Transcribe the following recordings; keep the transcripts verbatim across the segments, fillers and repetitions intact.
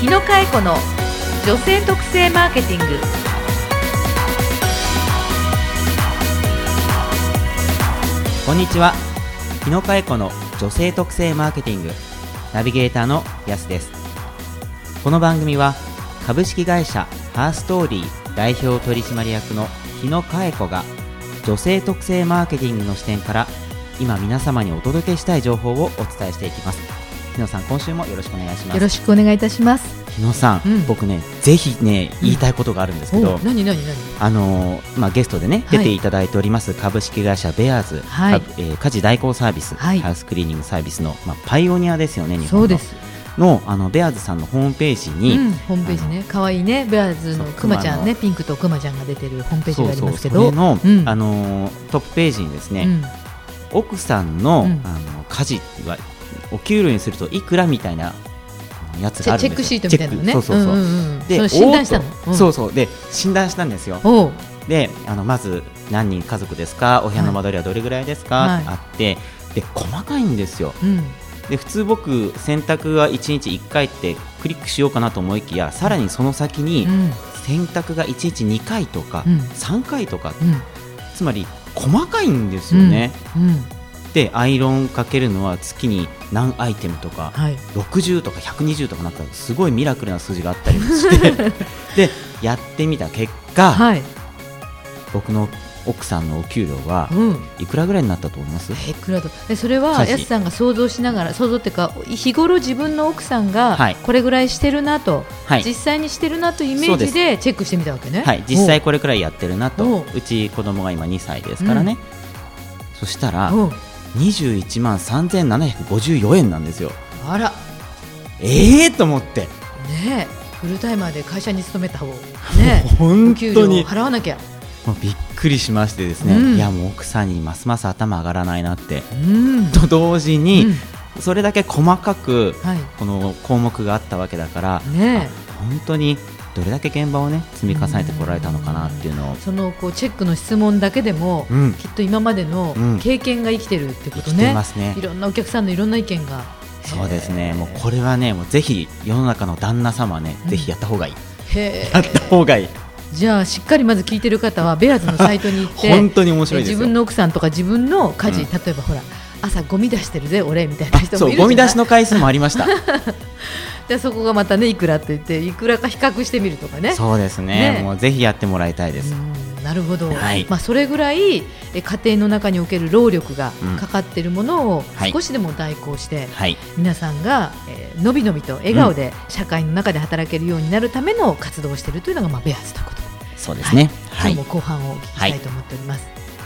日野佳恵子の女性特性マーケティング。 こんにちは。日野佳恵子の女性特性マーケティングナビゲーターのやすです。この番組は株式会社ハーストーリー代表取締役の日野佳恵子が女性特性マーケティングの視点から今皆様にお届けしたい情報をお伝えしていきます。日野さん、今週もよろしくお願いします。 よろしくお願いいたします。 日野さん、うん、僕ねぜひね言いたいことがあるんですけど、 うん、何何何あのーまあ、ゲストでね、はい、出ていただいております株式会社ベアーズ、はい、えー、家事代行サービス、はい、ハウスクリーニングサービスの、まあ、パイオニアですよね。日本のそうですの, あのベアーズさんのホームページに、うん、 ホームページね、かわいいね、ベアーズのクマちゃんね、ピンクとクマちゃんが出てるホームページがありますけど、 そうそう、それの、うん、あのー、トップページにですね、うん、奥さん の,、うん、あの家事はお給料にするといくらみたいなやつがあるんですよ。チェックシートみたいなのね。そうそうそう、うんうんうん、でそれ診断したの、うん、そうそうで診断したんですよ。であのまず何人家族ですか、お部屋の間取りはどれぐらいですか、はい、あってで細かいんですよ、うん、で普通僕洗濯はいちにちいっかいってクリックしようかなと思いきや、さらにその先に、うん、洗濯がいちにちにかいとか、うん、さんかいとか、うん、つまり細かいんですよね、うんうん、でアイロンかけるのは月に何アイテムとか、はい、ろくじゅうとかひゃくにじゅうとかなったらすごいミラクルな数字があったりしてでやってみた結果、はい、僕の奥さんのお給料はいくらぐらいになったと思います？うん、いくらとえそれはやすさんが想像しながら、想像っていうか日頃自分の奥さんがこれぐらいしてるなと、はい、実際にしてるなというイメージでチェックしてみたわけね。はい、実際これくらいやってるなと。うち子供が今にさいですからね、うん、そしたらにじゅういちまんさんぜんななひゃくごじゅうよえんなんですよ。あら、えーと思ってねえ、フルタイマーで会社に勤めた方ね本当にお給料を払わなきゃ。もうびっくりしましてですね、うん、いやもう奥さんにますます頭上がらないなって、うん、と同時に、うん、それだけ細かくこの項目があったわけだから、ね、本当にどれだけ現場を、ね、積み重ねてこられたのかなっていうのを、そのこうチェックの質問だけでも、うん、きっと今までの経験が生きてるってことね、うん、生きてますね。いろんなお客さんのいろんな意見が。そうですね、もうこれはねもうぜひ世の中の旦那様はね、うん、ぜひやった方がいい、へやった方がいい。じゃあしっかりまず聞いてる方はベアーズのサイトに行って本当に面白いですよ。自分の奥さんとか自分の家事、うん、例えばほら朝ゴミ出してるぜ俺みたいな人もいるじゃない。そう、ゴミ出しの回数もありましたじゃあそこがまたねいくらって言っていくらか比較してみるとかね。そうです ね, ねもうぜひやってもらいたいです。うん、なるほど、はい、まあ、それぐらいえ家庭の中における労力がかかっているものを少しでも代行して、はい、皆さんが、えー、のびのびと笑顔で社会の中で働けるようになるための活動をしているというのが、まあ、ベアーズということ。そうですね、はい、今日も後半をお聞きしたいと思っております。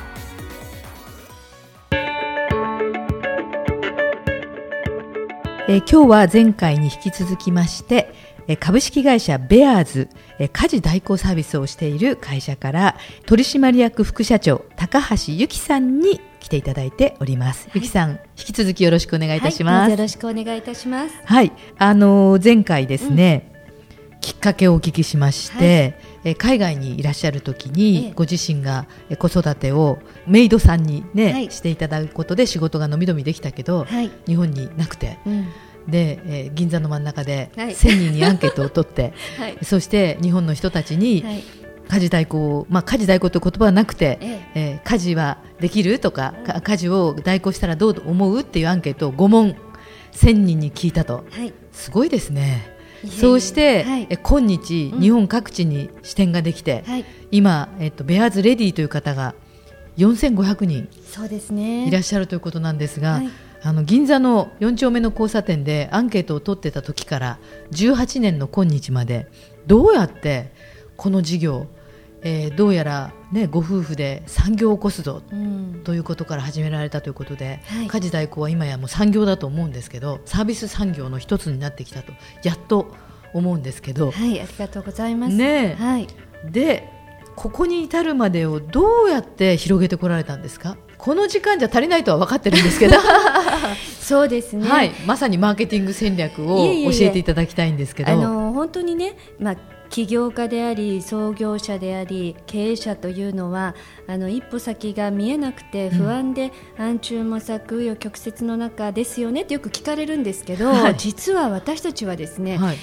はい、えー、今日は前回に引き続きまして、えー、株式会社ベアーズ、えー、家事代行サービスをしている会社から取締役副社長高橋由紀さんに来ていただいております。由紀さん、引き続きよろしくお願いいたします。はい、 よろしくお願いいたします。 はい、あのー、前回ですね、うん、きっかけをお聞きしまして、はい、海外にいらっしゃる時に、ええ、ご自身が子育てをメイドさんに、ね、はい、していただくことで仕事がのびのびできたけど、はい、日本になくて、うん、で、えー、銀座の真ん中でせんにんにアンケートを取って、はい、そして日本の人たちに、はい、家事代行、まあ、家事代行という言葉はなくて、えええー、家事はできるとか、うん、家事を代行したらどう思うっていうアンケートをごもんせんにんに聞いたと、はい、すごいですね。そうして、はい、え今日、うん、日本各地に支店ができて、はい、今、えっと、ベアーズレディという方がよんせんごひゃくにんそうですねいらっしゃるということなんですが、はい、あの銀座のよん丁目の交差点でアンケートを取ってた時からじゅうはちねんの今日までどうやってこの事業、えー、どうやら、ね、ご夫婦で産業を起こすぞ、うん、ということから始められたということで、はい、家事代行は今やもう産業だと思うんですけど、サービス産業の一つになってきたとやっと思うんですけど、 はい、ありがとうございます。 ね、はい、でここに至るまでをどうやって広げてこられたんですか？この時間じゃ足りないとは分かってるんですけどそうですね、 はい、まさにマーケティング戦略を教えていただきたいんですけど、 あの本当にね、まあ起業家であり創業者であり経営者というのはあの一歩先が見えなくて不安で、うん、暗中模索紆余曲折の中ですよねってよく聞かれるんですけど、はい、実は私たちはですね、はい、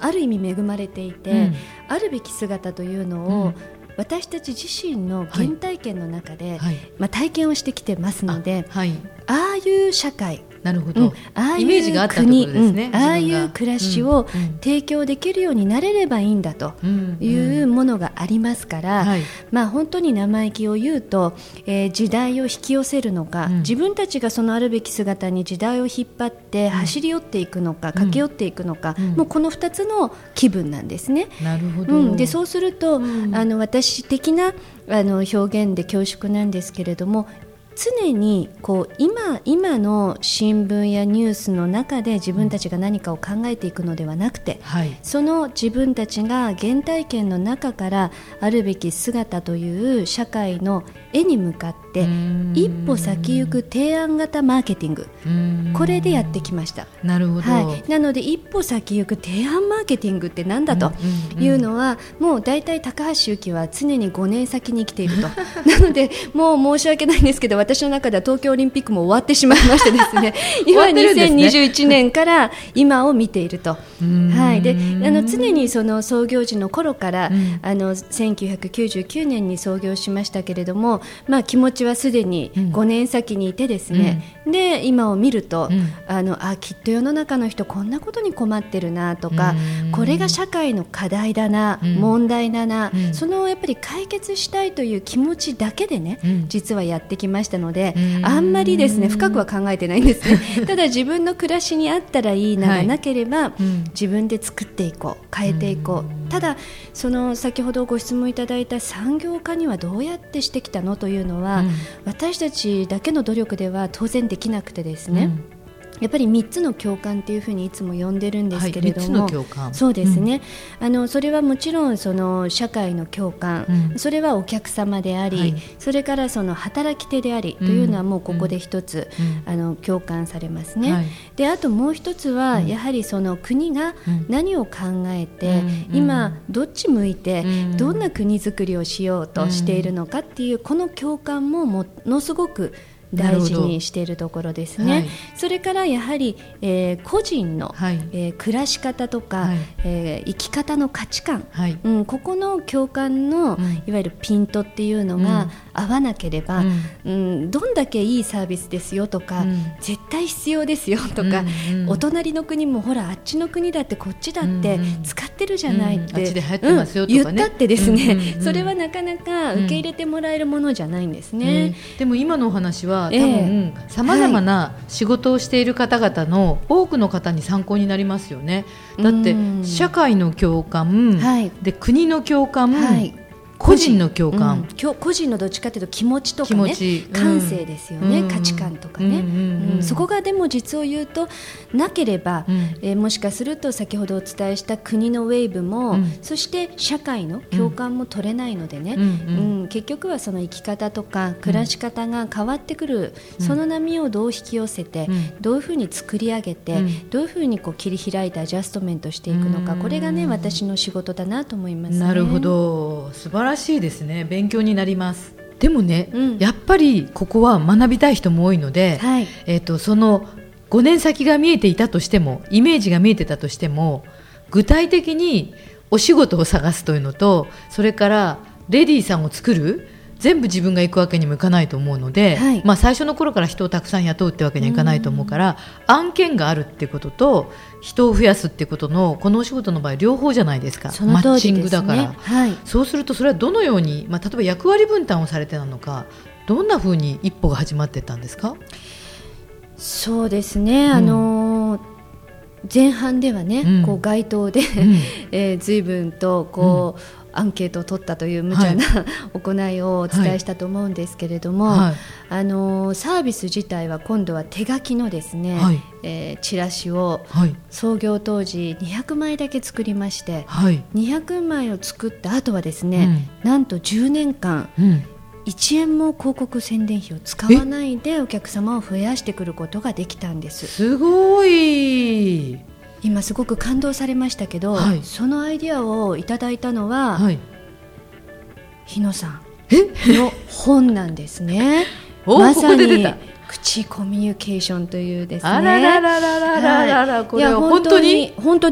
ある意味恵まれていて、うん、あるべき姿というのを、うん、私たち自身の原体験の中で、はいはい、まあ、体験をしてきてますので、あ、はい、ああいう社会、 なるほど、うん、 ああいう国、 イメージがあったってことですね、 うん、ああいう暮らしを提供できるようになれればいいんだというものがありますから、うんうん、はい、まあ、本当に生意気を言うと、えー、時代を引き寄せるのか、うん、自分たちがそのあるべき姿に時代を引っ張って走り寄っていくのか、うん、駆け寄っていくのか、うん、もうこのふたつの気分なんですね。 なるほど、 うん、でそうすると、うん、あの私的なあの表現で恐縮なんですけれども、常にこう 今, 今の新聞やニュースの中で自分たちが何かを考えていくのではなくて、はい、その自分たちが原体験の中からあるべき姿という社会の絵に向かって一歩先行く提案型マーケティング、これでやってきました。 なるほど、 はい、なので一歩先行く提案マーケティングってなんだというのは、もう大体高橋由紀は常にごねん先に生きているとなのでもう申し訳ないんですけど、私の中では東京オリンピックも終わってしまいましてですね今にせんにじゅういちねんから今を見ていると、はい、であの常にその創業時の頃から、うん、あのせんきゅうひゃくきゅうじゅうきゅうねんに創業しましたけれども、まあ、気持ちはすでにごねん先にいてですね、うん、で今を見ると、うん、あのあきっと世の中の人こんなことに困ってるなとか、これが社会の課題だな、うん、問題だな、うん、そのやっぱり解決したいという気持ちだけでね、うん、実はやってきましたので、あんまりですね深くは考えてないんですねただ自分の暮らしにあったらいいながなければ、はい、うん、自分で作っていこう、変えていこう。ただその先ほどご質問いただいた産業化にはどうやってしてきたのというのは、うん、私たちだけの努力では当然できなくてですね、うん、やっぱりみっつの共感というふうにいつも呼んでるんですけれども、 はい、みっつの共感、 そうですね、うん、あのそれはもちろんその社会の共感、うん、それはお客様であり、はい、それからその働き手であり、うん、というのはもうここで一つ、うん、あの共感されますね、はい、であともう一つは、うん、やはりその国が何を考えて、うん、今どっち向いて、うん、どんな国づくりをしようとしているのかっていう、この共感もものすごく大事にしているところですね、はい、それからやはり、えー、個人の、はい、えー、暮らし方とか、はい、えー、生き方の価値観、はい、うん、ここの共感の、うん、いわゆるピントっていうのが合わなければ、うんうん、どんだけいいサービスですよとか、うん、絶対必要ですよとか、うんうん、お隣の国もほらあっちの国だってこっちだって使ってるじゃないって、うんうん、あっちで流行ってますよとかね、うん、言ったってですね、うんうんうん、それはなかなか受け入れてもらえるものじゃないんですね、 うん、でも今のお話は多分さまざまな仕事をしている方々の多くの方に参考になりますよね。だって社会の共感、はい、で国の共感、はい、個人の共感、 うん、個人のどっちかというと気持ちとかね、うん、感性ですよね、うん、価値観とかね、うんうんうん、そこがでも実を言うとなければ、うん、えー、もしかすると先ほどお伝えした国のウェーブも、うん、そして社会の共感も取れないのでね、うんうんうん、結局はその生き方とか暮らし方が変わってくる、うん、その波をどう引き寄せて、うん、どういうふうに作り上げて、うん、どういうふうにこう切り開いてアジャストメントしていくのか、これがね私の仕事だなと思いますね。 なるほど、素晴らしいですね。勉強になります。でもね、うん、やっぱりここは学びたい人も多いので、はい、えーと、そのごねん先が見えていたとしても、イメージが見えてたとしても、具体的にお仕事を探すというのと、それからレディーさんを作る、全部自分が行くわけにもいかないと思うので、はい、まあ、最初の頃から人をたくさん雇うってわけにはいかないと思うから、案件があるってことと人を増やすってことのこのお仕事の場合両方じゃないですか。 その通りですね、 マッチングだから、はい、そうするとそれはどのように、まあ、例えば役割分担をされてなのか、どんなふうに一歩が始まっていったんですか？ そうですね、うん、あのー前半ではね、うん、こう街頭で、うんえー、随分とこう、うん、アンケートを取ったという無茶な、はい、行いをお伝えしたと思うんですけれども、はい、あのサービス自体は今度は手書きのですね、はい、えー、チラシを創業当時にひゃくまいだけ作りまして、はい、にひゃくまいを作った後はですね、うん、なんとじゅうねんかん、うん、いちえんも広告宣伝費を使わないでお客様を増やしてくることができたんです。 すごい。 今すごく感動されましたけど、はい、そのアイディアをいただいたのは、はい、日野さんの本なんですねまさに口コミュニケーションというですね。 あらららららららら、はい、これは本当に本当です。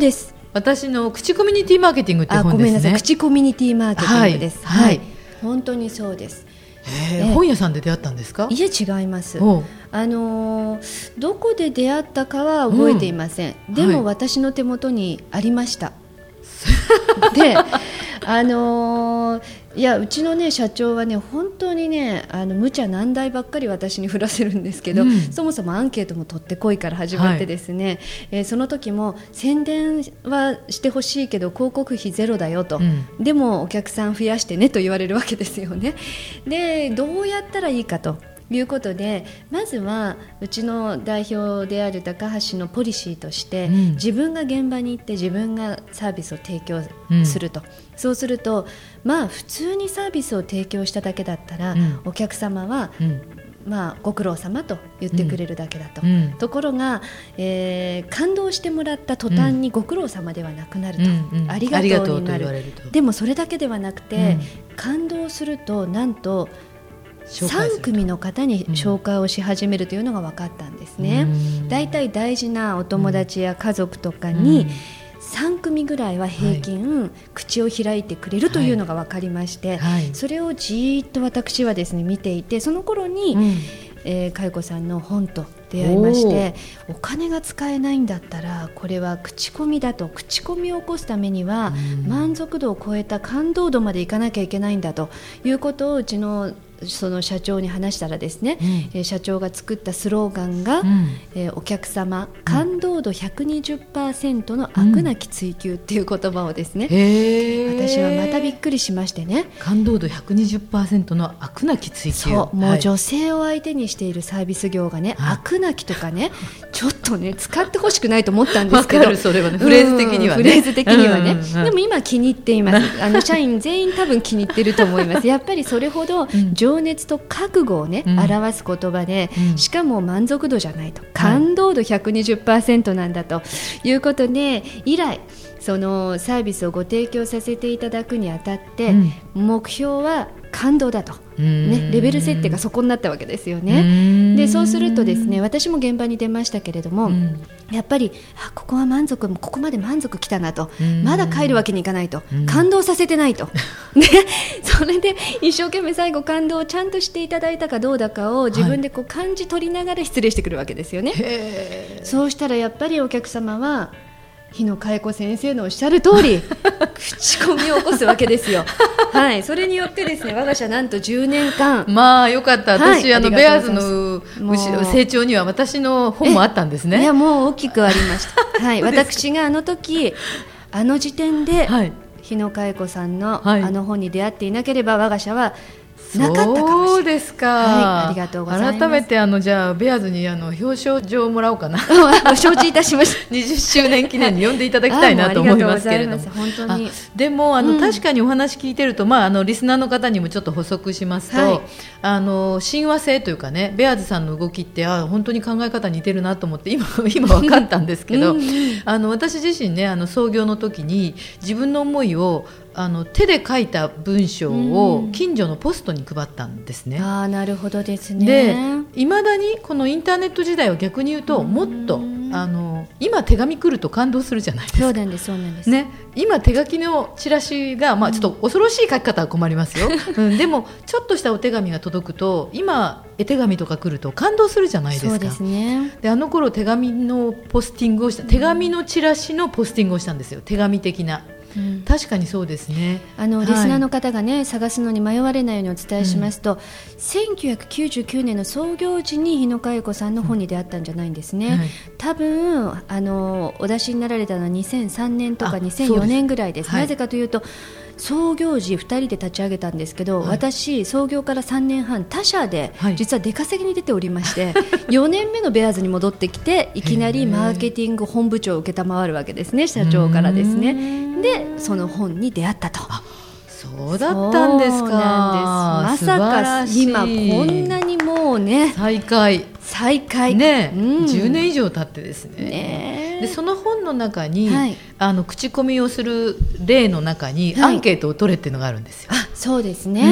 私の口コミュニティマーケティングって本ですね。あ、ごめんなさい、 口コミュニティマーケティングです。はい、はい、本当にそうです。 えー、本屋さんで出会ったんですか？ いえ、違います。あのー、どこで出会ったかは覚えていません、うん、でも、はい、私の手元にありましたで、あのー、いやうちの、ね、社長はね本当にねあの無茶難題ばっかり私に振らせるんですけど、うん、そもそもアンケートも取ってこいから始まってですね、はい、えー、その時も宣伝はしてほしいけど広告費ゼロだよと、うん、でもお客さん増やしてねと言われるわけですよね。でどうやったらいいかということで、まずはうちの代表である高橋のポリシーとして、うん、自分が現場に行って自分がサービスを提供すると、うん、そうすると、まあ、普通にサービスを提供しただけだったら、うん、お客様は、うん、まあ、ご苦労様と言ってくれるだけだと、うん、ところが、えー、感動してもらった途端にご苦労様ではなくなると、うんうん、ありがとうになる。でもそれだけではなくて、うん、感動するとなんとさん組の方に紹介をし始めるというのが分かったんですね。だいたい大事なお友達や家族とかにさん組ぐらいは平均、はい、口を開いてくれるというのが分かりまして、はいはい、それをじーっと私はですね見ていて、その頃に、うん、えー、佳代子さんの本と出会いまして、お金が使えないんだったらこれは口コミだと、口コミを起こすためには満足度を超えた感動度までいかなきゃいけないんだということをうちのその社長に話したらですね、うん、えー、社長が作ったスローガンが、うん、えー、お客様感動度 ひゃくにじゅっパーセント の飽くなき追求っていう言葉をですね、うん、私はまたびっくりしましてね、 感動度 ひゃくにじゅっパーセント の飽くなき追求、 そう、もう女性を相手にしているサービス業がね、はい、飽くなきとかねちょっとね使ってほしくないと思ったんですけど、 わかる、それはね、フレーズ的にはね、 フレーズ的にはね、うんうんうん、でも今気に入っています。あの社員全員多分気に入ってると思います。やっぱりそれほど情熱と覚悟をね、うん、表す言葉で、うん、しかも満足度じゃないと、感動度 ひゃくにじゅっパーセント なんだということで、以来そのサービスをご提供させていただくにあたって、うん、目標は感動だと、ね、レベル設定がそこになったわけですよね。でそうするとですね、私も現場に出ましたけれども、うん、やっぱりあここは満足、ここまで満足きたなと、まだ帰るわけにいかないと、感動させてないとでそれで一生懸命最後感動をちゃんとしていただいたかどうだかを自分でこう感じ取りながら失礼してくるわけですよね、はい、そうしたらやっぱりお客様は日野佳代子先生のおっしゃる通り口コミを起こすわけですよはい、それによってですね、我が社なんとじゅうねんかん、 まあよかった。私、はい、あのベアーズの成長には私の本もあったんですね。 いやもう大きくありましたはい、私があの時あの時点で、はい、日野佳代子さんの、はい、あの本に出会っていなければ我が社はなかったかもしれない。 そうですか、はい、ありがとうございます。改めてあのじゃあベアーズにあの表彰状をもらおうかな承知いたしましたにじゅっしゅうねん記念に呼んでいただきたいなと思いますけれども、本当にでもあの、うん、確かにお話聞いてると、まあ、あのリスナーの方にもちょっと補足しますと、はい、あの親和性というかね、ベアーズさんの動きってあ本当に考え方似てるなと思って今今分かったんですけど、うん、あの私自身ね、あの創業の時に自分の思いをあの手で書いた文章を近所のポストに配ったんですね、うん、 あ、なるほどですね。 で未だにこのインターネット時代を逆に言うと、もっとあの今手紙来ると感動するじゃないですか。 そうなんです、そうなんです、 ね、今手書きのチラシが、まあ、ちょっと恐ろしい書き方は困りますよ、うん、でもちょっとしたお手紙が届くと、今絵手紙とか来ると感動するじゃないですか。 そうですね。 であの頃手紙のポスティングをした、手紙のチラシのポスティングをしたんですよ、手紙的な。うん、確かにそうですね。 あの、はい、リスナーの方が、ね、探すのに迷われないようにお伝えしますと、うん、せんきゅうひゃくきゅうじゅうきゅうねんの創業時に日野佳代子さんの本に出会ったんじゃないんですね、うん、はい、多分あのお出しになられたのはにせんさんねんとかにせんよねんぐらいです。なぜかというと、創業時ふたりで立ち上げたんですけど、はい、私創業からさんねんはん他社で実は出稼ぎに出ておりまして、はい、よねんめのベアーズに戻ってきていきなりマーケティング本部長を受けたまわるわけですね、社長からですね。でその本に出会ったと。 あ、そうだったんですか。そうなんです。まさか今こんなにもうね、 再開再開、 ね、うん、じゅうねん以上経ってですね。ねでその本の中に、はい、あの口コミをする例の中にアンケートを取れっていうのがあるんですよ、 はい、あ、そうですね、 うん、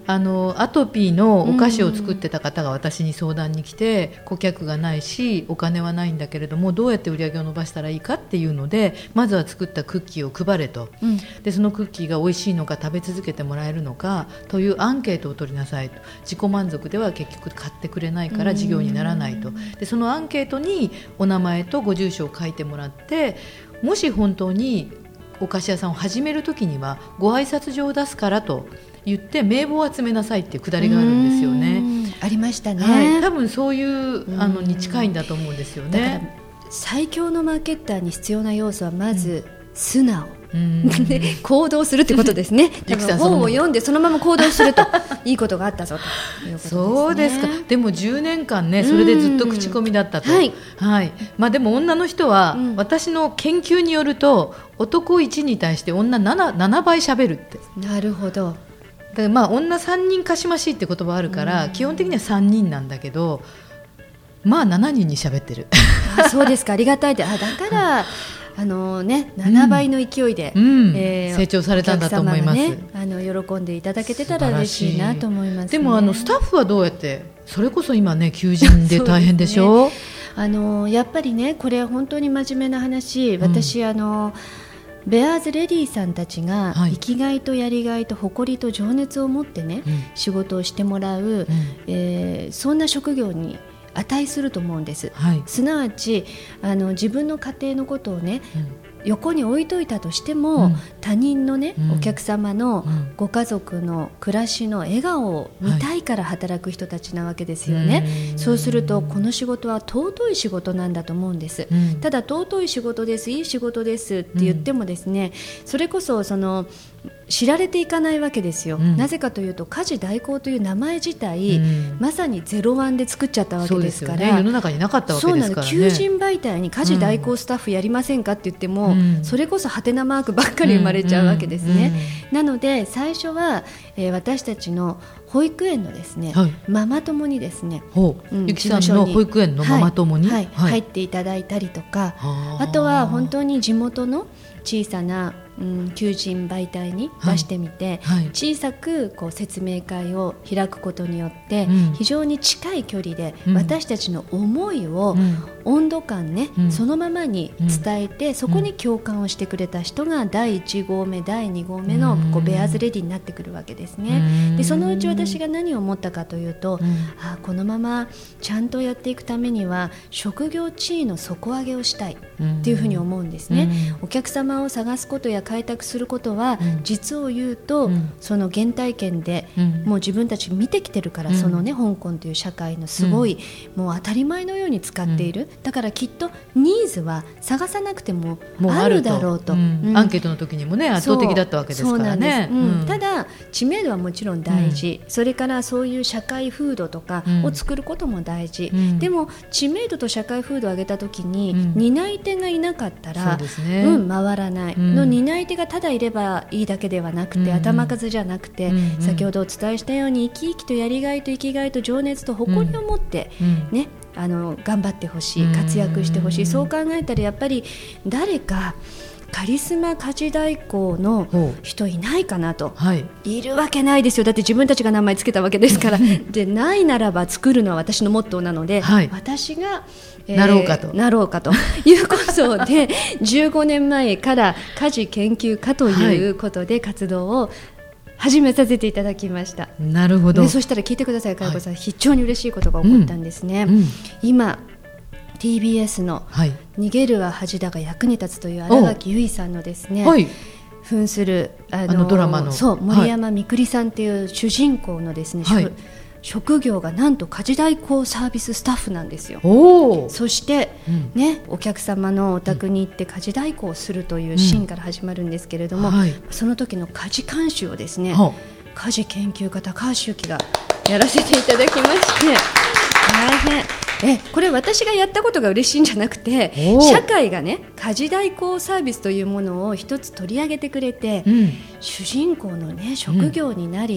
あのアトピーのお菓子を作ってた方が私に相談に来て、うん、顧客がないしお金はないんだけれどもどうやって売り上げを伸ばしたらいいかっていうので、まずは作ったクッキーを配れと、うん、でそのクッキーが美味しいのか食べ続けてもらえるのかというアンケートを取りなさいと。自己満足では結局買ってくれないから事業にならないと。でそのアンケートにお名前とご住所を書いてもらって、もし本当にお菓子屋さんを始めるときにはご挨拶状を出すからと言って名簿を集めなさいっていうくだりがあるんですよね。 ありましたね、 はい、多分そういうあのに近いんだと思うんですよね。 だから最強のマーケッターに必要な要素はまず素直、うん、で行動するってことですね。多分本を読んでそのまま行動するといいことがあったぞということですね。 そうですか。でもじゅうねんかんねそれでずっと口コミだったと、はいはい。まあ、でも女の人は、うん、私の研究によると男いちに対して女 7, 7倍喋るって。 なるほど。 だからまあ女さんにんかしましいって言葉あるから、うん、基本的にはさんにんなんだけど、まあしちにんに喋ってる。 あ、そうですか。ありがたいで、あ、だからあのね、ななばいの勢いで、 うんうんえー、成長されたんだと思います、ね、 あの喜んでいただけてたら嬉しいなと思います、ね、 でもあのスタッフはどうやって、それこそ今ね求人で大変でしょう。 ね、あのやっぱりねこれ本当に真面目な話、私、うん、あのベアーズレディさんたちが生きがいとやりがいと誇りと情熱を持ってね、うん、仕事をしてもらう、うんえー、そんな職業に値すると思うんです、はい、すなわちあの自分の家庭のことをね、うん横に置いといたとしても、うん、他人のね、うん、お客様のご家族の暮らしの笑顔を見たいから働く人たちなわけですよね、はい、そうするとこの仕事は尊い仕事なんだと思うんです、うん、ただ尊い仕事です、いい仕事ですって言ってもですね、うん、それこそその知られていかないわけですよ、うん、なぜかというと家事代行という名前自体、うん、まさにゼロワンで作っちゃったわけですから、 ね、世の中になかったわけですからね。 そうなんです。求人媒体に家事代行スタッフやりませんかって言っても、うん、それこそハテナマークばっかり生まれちゃうわけですね、うんうんうん、なので最初は、えー、私たちの保育園のですね、はい、ママ友にですね、 うん、ゆきさんの保育園のママ友に、 はいはいはい、入っていただいたりとか、あとは本当に地元の小さなうん、求人媒体に出してみて、はいはい、小さくこう説明会を開くことによって、うん、非常に近い距離で私たちの思いを、うん、温度感ね、うん、そのままに伝えて、うん、そこに共感をしてくれた人がだいいち号目だいに号目のこうベアーズレディになってくるわけですね、うん、でそのうち私が何を思ったかというと、うん、あこのままちゃんとやっていくためには職業地位の底上げをしたいっていうふうに思うんですね、うん、お客様を探すことや開拓することは、うん、実を言うと、うん、その原体験で、うん、もう自分たち見てきてるから、うん、そのね香港という社会のすごい、うん、もう当たり前のように使っている、うん、だからきっとニーズは探さなくてもあるだろうと、 うんうん、アンケートの時にもね圧倒的だったわけですからね。 そう、そうなんです、うん、ただ知名度はもちろん大事、うん、それからそういう社会風土とかを作ることも大事、うん、でも知名度と社会風土を上げた時に、うん、担い手がいなかったら、そうですね、うん、回らない、うん、の担い手がただいればいいだけではなくて、うん、頭数じゃなくて、うん、先ほどお伝えしたように生き生きとやりがいと生きがいと情熱と誇りを持って、うんね、あの頑張ってほしい、活躍してほしい、そう考えたらやっぱり誰かカリスマ家事代行の人いないかなと、はい、いるわけないですよ。だって自分たちが名前つけたわけですからでないならば作るのは私のモットーなので、はい、私が、 えー、なろうかとなろうかということでじゅうごねんまえから家事研究家ということで活動を始めさせていただきました。 なるほど、 ね、そしたら聞いてください、かよこさん、はい、非常に嬉しいことが起こったんですね、うんうん、今ティービーエス の逃げるは恥だが役に立つという新垣結衣さんのですね、はい、扮するあのあのドラマのそう森山みくりさんという主人公のですね、はい、職業がなんと家事代行サービススタッフなんですよ。そして、うんね、お客様のお宅に行って家事代行をするというシーンから始まるんですけれども、うんはい、その時の家事監修をですね、家事研究家高橋由紀がやらせていただきまして大変えこれ私がやったことが嬉しいんじゃなくて、社会がね家事代行サービスというものを一つ取り上げてくれて、うん、主人公のね職業になり、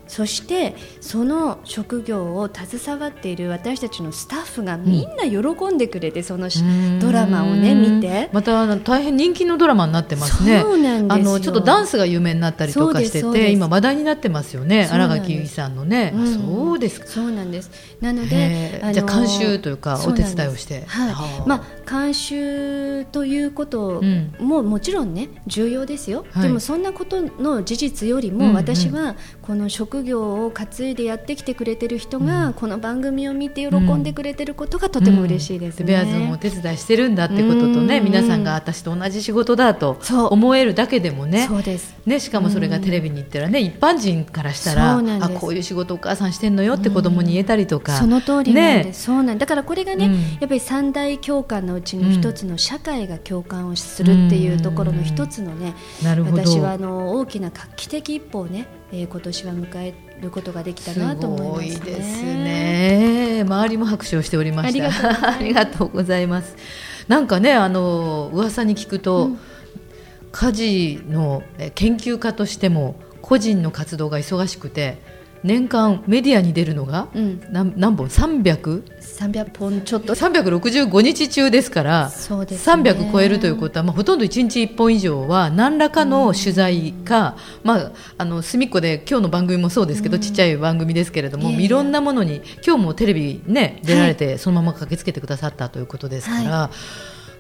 そしてその職業を携わっている私たちのスタッフがみんな喜んでくれて、うん、そのドラマをね見て、 またあの大変人気のドラマになってますね。 そうなんですよ。 あのちょっとダンスが有名になったりとかしてて今話題になってますよね、新垣結衣さんのね、うん、そうですか。 そうなんです。なので、 あのー、じゃあ監修というかお手伝いをして、 はい、まあ、監修ということももちろんね重要ですよ、はい、でもそんなことの事実よりも、私はこの職業を担いでやってきてくれてる人がこの番組を見て喜んでくれてることがとても嬉しいですね、うん、 ベアーズもお手伝いしてるんだってこととね、皆さんが私と同じ仕事だと思えるだけでもね、 そうですね、しかもそれがテレビに行ったらね、一般人からしたらあこういう仕事お母さんしてんのよって子供に言えたりとか、 その通りなんです、ね、そうなんだからこれがね、うん、やっぱり三大共感のうちの一つの社会が共感をするっていうところの一つのね、 なるほど、 私はあの大きな画期的一歩をね、えー、今年は迎えることができたなと思いますね。 すごいですね。周りも拍手をしておりました。ありがとうございます。なんかね、あの噂に聞くと、うん、家事の研究家としても個人の活動が忙しくて年間メディアに出るのが、うん、何, 何本さんびゃくさんびゃっぽんちょっとさんびゃくろくじゅうごにち中ですから、 そうですね、 さんびゃく超えるということは、まあ、ほとんどいちにちいっぽん以上は何らかの取材か、うん、まあ、あの隅っこで今日の番組もそうですけど、うん、ちっちゃい番組ですけれども、い, いろんなものに今日もテレビ、ね、出られて、はい、そのまま駆けつけてくださったということですから、はい、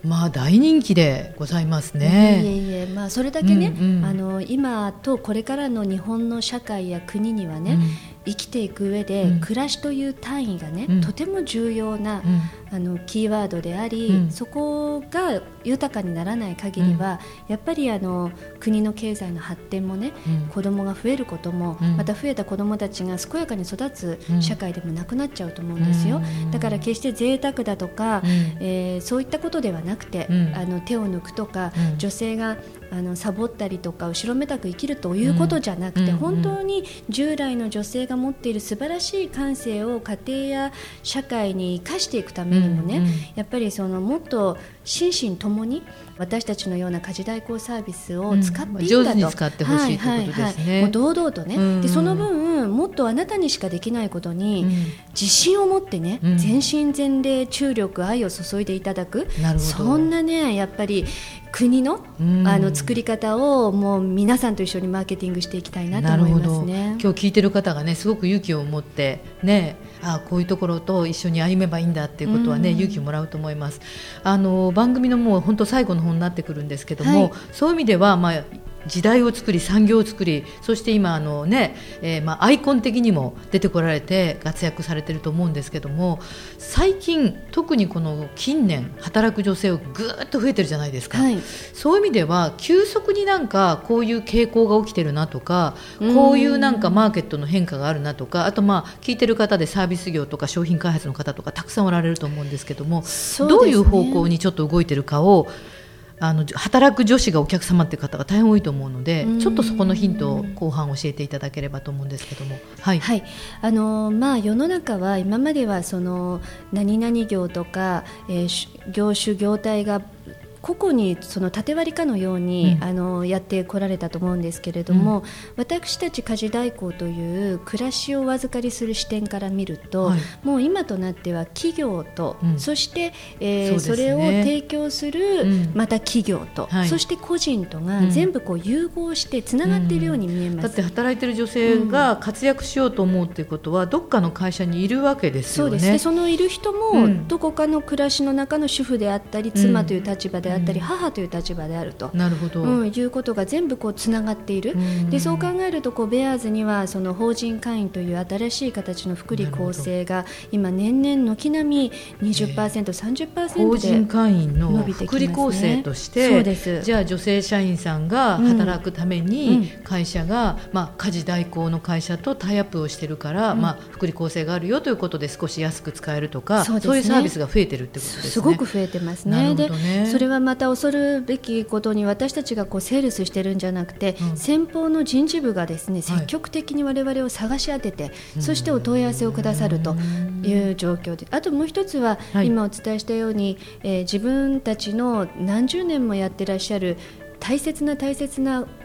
まあ、大人気でございますね。 いえいえ、まあ、それだけね、うんうん、あの今とこれからの日本の社会や国にはね、うん、生きていく上で、うん、暮らしという単位がね、うん、とても重要な、うん、あのキーワードであり、うん、そこが豊かにならない限りは、うん、やっぱりあの国の経済の発展もね、うん、子供が増えることも、うん、また増えた子供たちが健やかに育つ社会でもなくなっちゃうと思うんですよ、うん、だから決して贅沢だとか、うん、えー、そういったことではなくて、うん、あの手を抜くとか、うん、女性があのサボったりとか後ろめたく生きるということじゃなくて、うん、本当に従来の女性が持っている素晴らしい感性を家庭や社会に生かしていくためにもね、うんうん、やっぱりそのもっと心身ともに私たちのような家事代行サービスを使っていいんだと、うん、 上手に使ってほしいということですね、はいはいはい、 もう堂々とね、うん、でその分もっとあなたにしかできないことに、うん、自信を持ってね、うん、全身全霊注力愛を注いでいただく、 なるほど、 そんなねやっぱり国の、うん、あの作り方をもう皆さんと一緒にマーケティングしていきたいなと思いますね。 今日聞いてる方がねすごく勇気を持ってね、あこういうところと一緒に歩めばいいんだっていうことはね、うん、勇気をもらうと思います。あの番組のもう本当最後の方になってくるんですけども、はい、そういう意味では、まあ時代を作り産業を作り、そして今あの、ねえーまあ、アイコン的にも出てこられて活躍されていると思うんですけども、最近特にこの近年働く女性をぐーっと増えてるじゃないですか、はい、そういう意味では急速になんかこういう傾向が起きてるなとか、こういうなんかマーケットの変化があるなとか、あとまあ聞いてる方でサービス業とか商品開発の方とかたくさんおられると思うんですけども、ね、どういう方向にちょっと動いてるかをあの働く女子がお客様っていう方が大変多いと思うので、ちょっとそこのヒントを後半教えていただければと思うんですけども、はい、 はい、あのまあ、世の中は今まではその何々業とか、えー、業種業態が個々にその縦割りかのように、うん、あのやってこられたと思うんですけれども、うん、私たち家事代行という暮らしをお預かりする視点から見ると、はい、もう今となっては企業と、うん、そして、えー、そ, ね、それを提供する、うん、また企業と、はい、そして個人とが全部こう融合してつながっているように見えます、うん、 だって働いている女性が活躍しようと思うということは、うん、どっかの会社にいるわけですよね。 そうですね。そのいる人も、うん、どこかの暮らしの中の主婦であったり、妻という立場であったり、うん、母という立場であると、 なるほど、 うん、いうことが全部こうつながっている、うん、でそう考えるとこうベアーズにはその法人会員という新しい形の福利厚生が今年々軒並み にじゅっパーセント、さんじゅっパーセント で伸びてきますね。 法人会員の福利厚生として、そうです。じゃあ女性社員さんが働くために会社が、うん、まあ、家事代行の会社とタイアップをしてるから、うん、まあ、福利厚生があるよということで少し安く使えるとか、そうですね、そういうサービスが増えてるってことですね。 すごく増えてますね。でそれはまた恐るべきことに私たちがこうセールスしてるんじゃなくて、うん、先方の人事部がですね積極的に我々を探し当てて、はい、そしてお問い合わせをくださるという状況で、あともう一つは、はい、今お伝えしたように、えー、自分たちの何十年もやってらっしゃる大切な大切な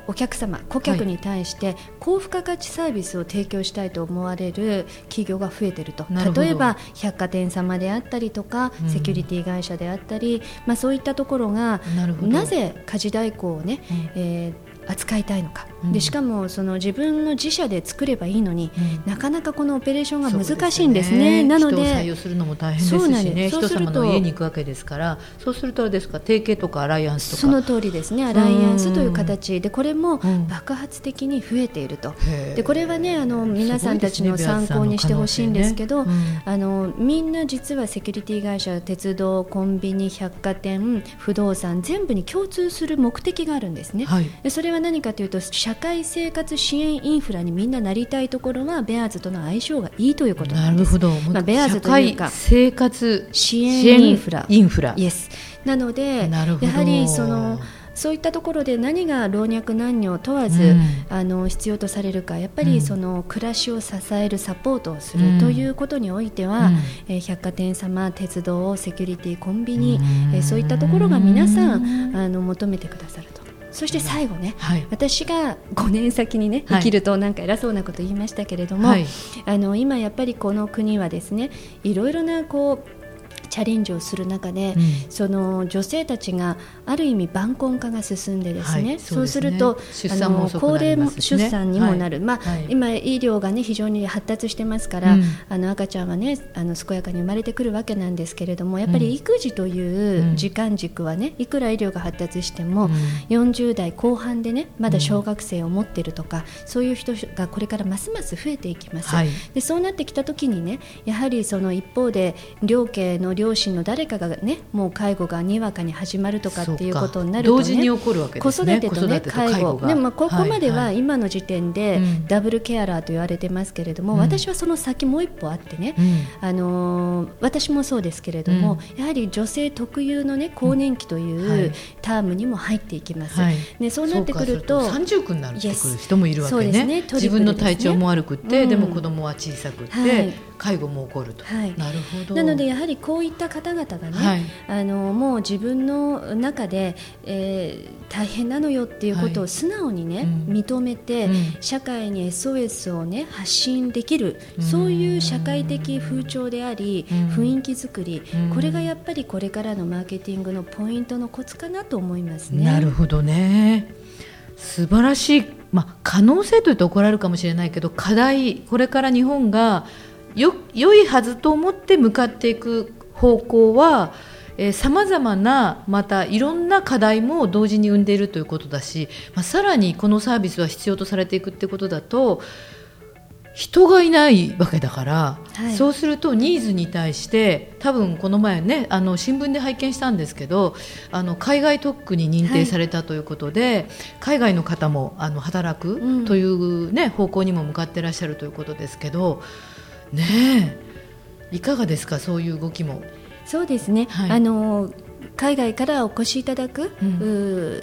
お客様顧客に対して高付加価値サービスを提供したいと思われる企業が増えていると。例えば百貨店様であったりとか、うん、セキュリティ会社であったり、まあ、そういったところが な, なぜ家事代行をね、うん、えー扱いたいのか、でしかもその自分の自社で作ればいいのに、うん、なかなかこのオペレーションが難しいんですね。 なので人を採用するのも大変ですしね、人様の家に行くわけですから、そうするとあれですか、提携とかアライアンスとか。 その通りですね、アライアンスという形でこれも爆発的に増えていると、うん、でこれはねあの皆さんたちの参考にしてほしいんですけど、ねうん、あのみんな実はセキュリティ会社、鉄道、コンビニ、百貨店、不動産全部に共通する目的があるんですね、はい、でそれは何かというと社会生活支援インフラにみんななりたいところはベアーズとの相性がいいということなんです。 なるほど、 まあ、ベアーズというか社会生活支援インフラ、 インフラ、 イエス。なのでやはりそのそういったところで何が老若男女問わず、うん、あの必要とされるか、やっぱりその暮らしを支えるサポートをする、うん、ということにおいては、うんえー、百貨店様、鉄道、セキュリティ、コンビニ、うんえー、そういったところが皆さんあの求めてくださると。そして最後ね、はい、私がごねん先にね生きるとなんか偉そうなこと言いましたけれども、はい、あの今やっぱりこの国はですね、いろいろなこうチャレンジをする中で、うん、その女性たちがある意味晩婚化が進んでですね、はい、そうですね、そうするとあの高齢出産にもなる、はいまあはい、今医療が、ね、非常に発達してますから、うん、あの赤ちゃんは、ね、あの健やかに生まれてくるわけなんですけれども、やっぱり育児という時間軸はね、いくら医療が発達しても、うん、よんじゅう代後半でねまだ小学生を持っているとか、うん、そういう人がこれからますます増えていきます、はい、でそうなってきたときにね、やはりその一方で両家の両親の誰かがねもう介護がにわかに始まるとかっていうことになるとね、 同時に起こるわけですね、 子育てとね介護でもここまでは今の時点でダブルケアラーと言われてますけれども、うん、私はその先もう一歩あってね、うん、あのー、私もそうですけれども、うん、やはり女性特有のね更年期というタームにも入っていきます、はい、でそうなってくるとさんじゅう区になってくる人もいるわけ ね, ね, ね自分の体調も悪くって、うん、でも子供は小さくって、はい、介護も起こると、はい、なるほど。 なのでやはりこういった方々がね、はい、あのもう自分の中で、えー、大変なのよっていうことを素直にね、はいうん、認めて、うん、社会に エスオーエス をね発信できる、うん、そういう社会的風潮であり、うん、雰囲気作り、うん、これがやっぱりこれからのマーケティングのポイントのコツかなと思いますね。 なるほどね、素晴らしい、まあ、可能性というと怒られるかもしれないけど課題、これから日本がよ良いはずと思って向かっていく方向はさまざまなまたいろんな課題も同時に生んでいるということだし、まあ、さらにこのサービスは必要とされていくということだと人がいないわけだから、はい、そうするとニーズに対して多分この前ねあの新聞で拝見したんですけど、あの海外特区に認定されたということで、はい、海外の方もあの働くという、ねうん、方向にも向かっていらっしゃるということですけどねえ、いかがですか、そういう動きも。 そうですね、はい、あの海外からお越しいただく、うん、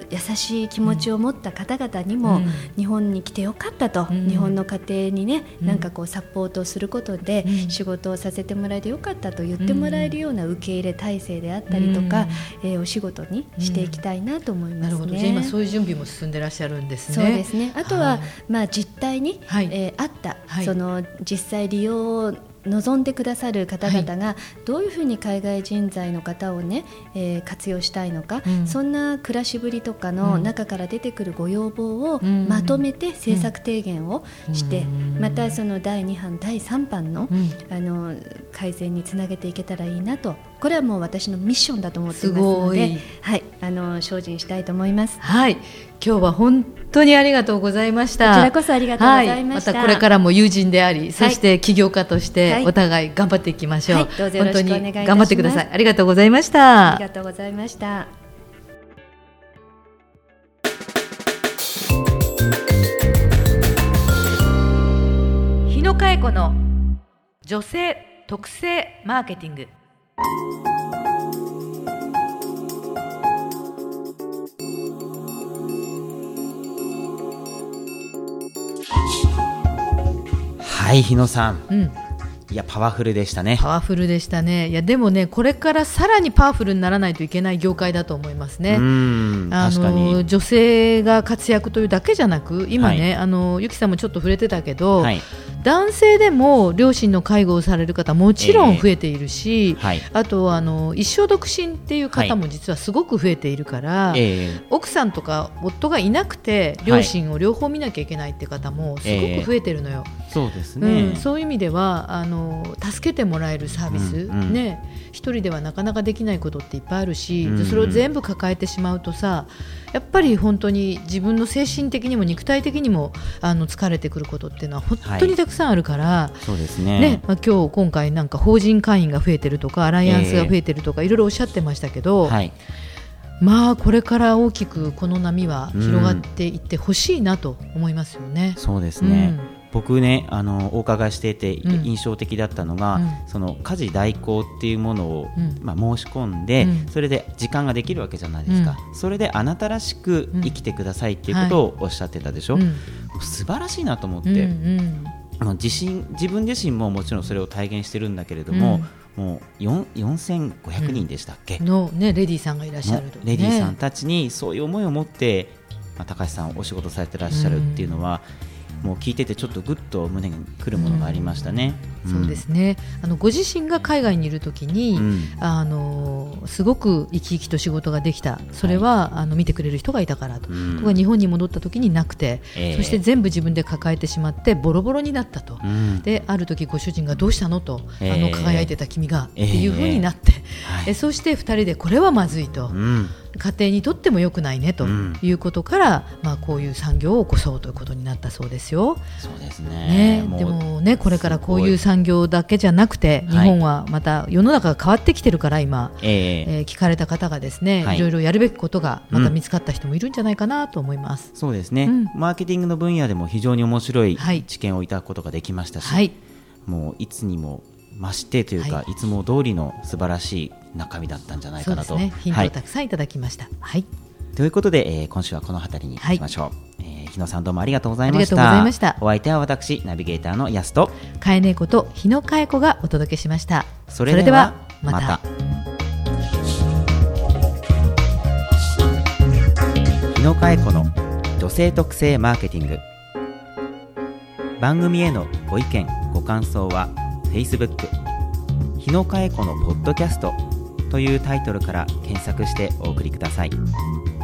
優しい気持ちを持った方々にも、うん、日本に来てよかったと、うん、日本の家庭にね、うん、なんかこうサポートすることで、うん、仕事をさせてもらえてよかったと言ってもらえるような受け入れ体制であったりとか、うんえー、お仕事にしていきたいなと思いますね、うん、なるほど。 じゃあ今そういう準備も進んでらっしゃるんですね。 そうですね。あとは、はいまあ、実態に、はいえー、あった、はい、その実際利用を望んでくださる方々がどういうふうに海外人材の方を、ねえー、活用したいのか、うん、そんな暮らしぶりとかの中から出てくるご要望をまとめて政策提言をして、うん、またそのだいに版だいさん版の、うん、あの改善につなげていけたらいいなと、これはもう私のミッションだと思っていますので、はい、あの精進したいと思います。 はい、今日は本当にありがとうございました。 こちらこそありがとうございました。 はい、またこれからも友人であり、そして起業家としてお互い頑張っていきましょう。はいはい、 どうぞよろしくお願いいたします。 本当に頑張ってください。ありがとうございました。 ありがとうございました。 日野佳恵子の女性特性マーケティング。 はい、日野さん、うん、 いやパワフルでしたね。 パワフルでしたね。いやでもね、これからさらにパワフルにならないといけない業界だと思いますね。 うん、 あの確かに女性が活躍というだけじゃなく、今ね、はい、あのゆきさんもちょっと触れてたけど、はい、男性でも両親の介護をされる方もちろん増えているし、えーはい、あとあの一生独身っていう方も実はすごく増えているから、はい、えー、奥さんとか夫がいなくて両親を両方見なきゃいけないって方もすごく増えてるのよ。 えー、そうですね、 うん、そういう意味ではあの助けてもらえるサービス、うんうん、ね、一人ではなかなかできないことっていっぱいあるし、うんうん、それを全部抱えてしまうとさ、やっぱり本当に自分の精神的にも肉体的にもあの疲れてくることっていうのは本当にたくさんあるから、はい、 そうですね、 ね、まあ、今日今回なんか法人会員が増えてるとかアライアンスが増えてるとか、えー、いろいろおっしゃってましたけど、はい、まあこれから大きくこの波は広がっていってほしいなと思いますよね。 うん、そうですね、うん、僕ね、あのお伺いしていて印象的だったのが、うん、その家事代行っていうものを、うん、まあ、申し込んで、うん、それで時間ができるわけじゃないですか、うん、それであなたらしく生きてくださいっていうことをおっしゃってたでしょ、うんはい、素晴らしいなと思って、うんうん、あの自身自分自身ももちろんそれを体現してるんだけれども、うん、もうよんせんごひゃくにんでしたっけ、 うん、の、ね、レディーさんがいらっしゃると、ね、 レディーさんたちにそういう思いを持って、まあ、高橋さんお仕事されてらっしゃるっていうのは、うん、もう聞いててちょっとグッと胸にくるものがありましたね。 うんうん、そうですね、あのご自身が海外にいるときに、うん、あのすごく生き生きと仕事ができた、それは、はい、あの見てくれる人がいたからと、うん、とか日本に戻ったときになくて、えー、そして全部自分で抱えてしまってボロボロになったと、うん、である時ご主人がどうしたのと、えー、あの輝いてた君が、えー、っていう風になって、えー、えそしてふたりでこれはまずいと、うん、家庭にとっても良くないねということから、うん、まあ、こういう産業を起こそうということになったそうですよ。 そうですね、 ね、でもね、これからこういう産業だけじゃなくて、日本はまた世の中が変わってきてるから今、えーえー、聞かれた方がですね、はい、いろいろやるべきことがまた見つかった人もいるんじゃないかなと思います。 うん、そうですね、うん、マーケティングの分野でも非常に面白い知見をいただくことができましたし、はい、もういつにも増してというか、はい、いつも通りの素晴らしい中身だったんじゃないかなと。 そうですね、ヒントをたくさんいただきました。はいはい、 ということで、えー、今週はこの辺りにしましょう。はい、えー、日野さんどうもありがとうございました。 ありがとうございました。 お相手は私ナビゲーターの安とかえねえこと日野かえ子がお届けしました。 それではまた。 また日野かえ子の女性特性マーケティング。番組へのご意見ご感想は Facebook 日野かえ子のポッドキャストというタイトルから検索してお送りください。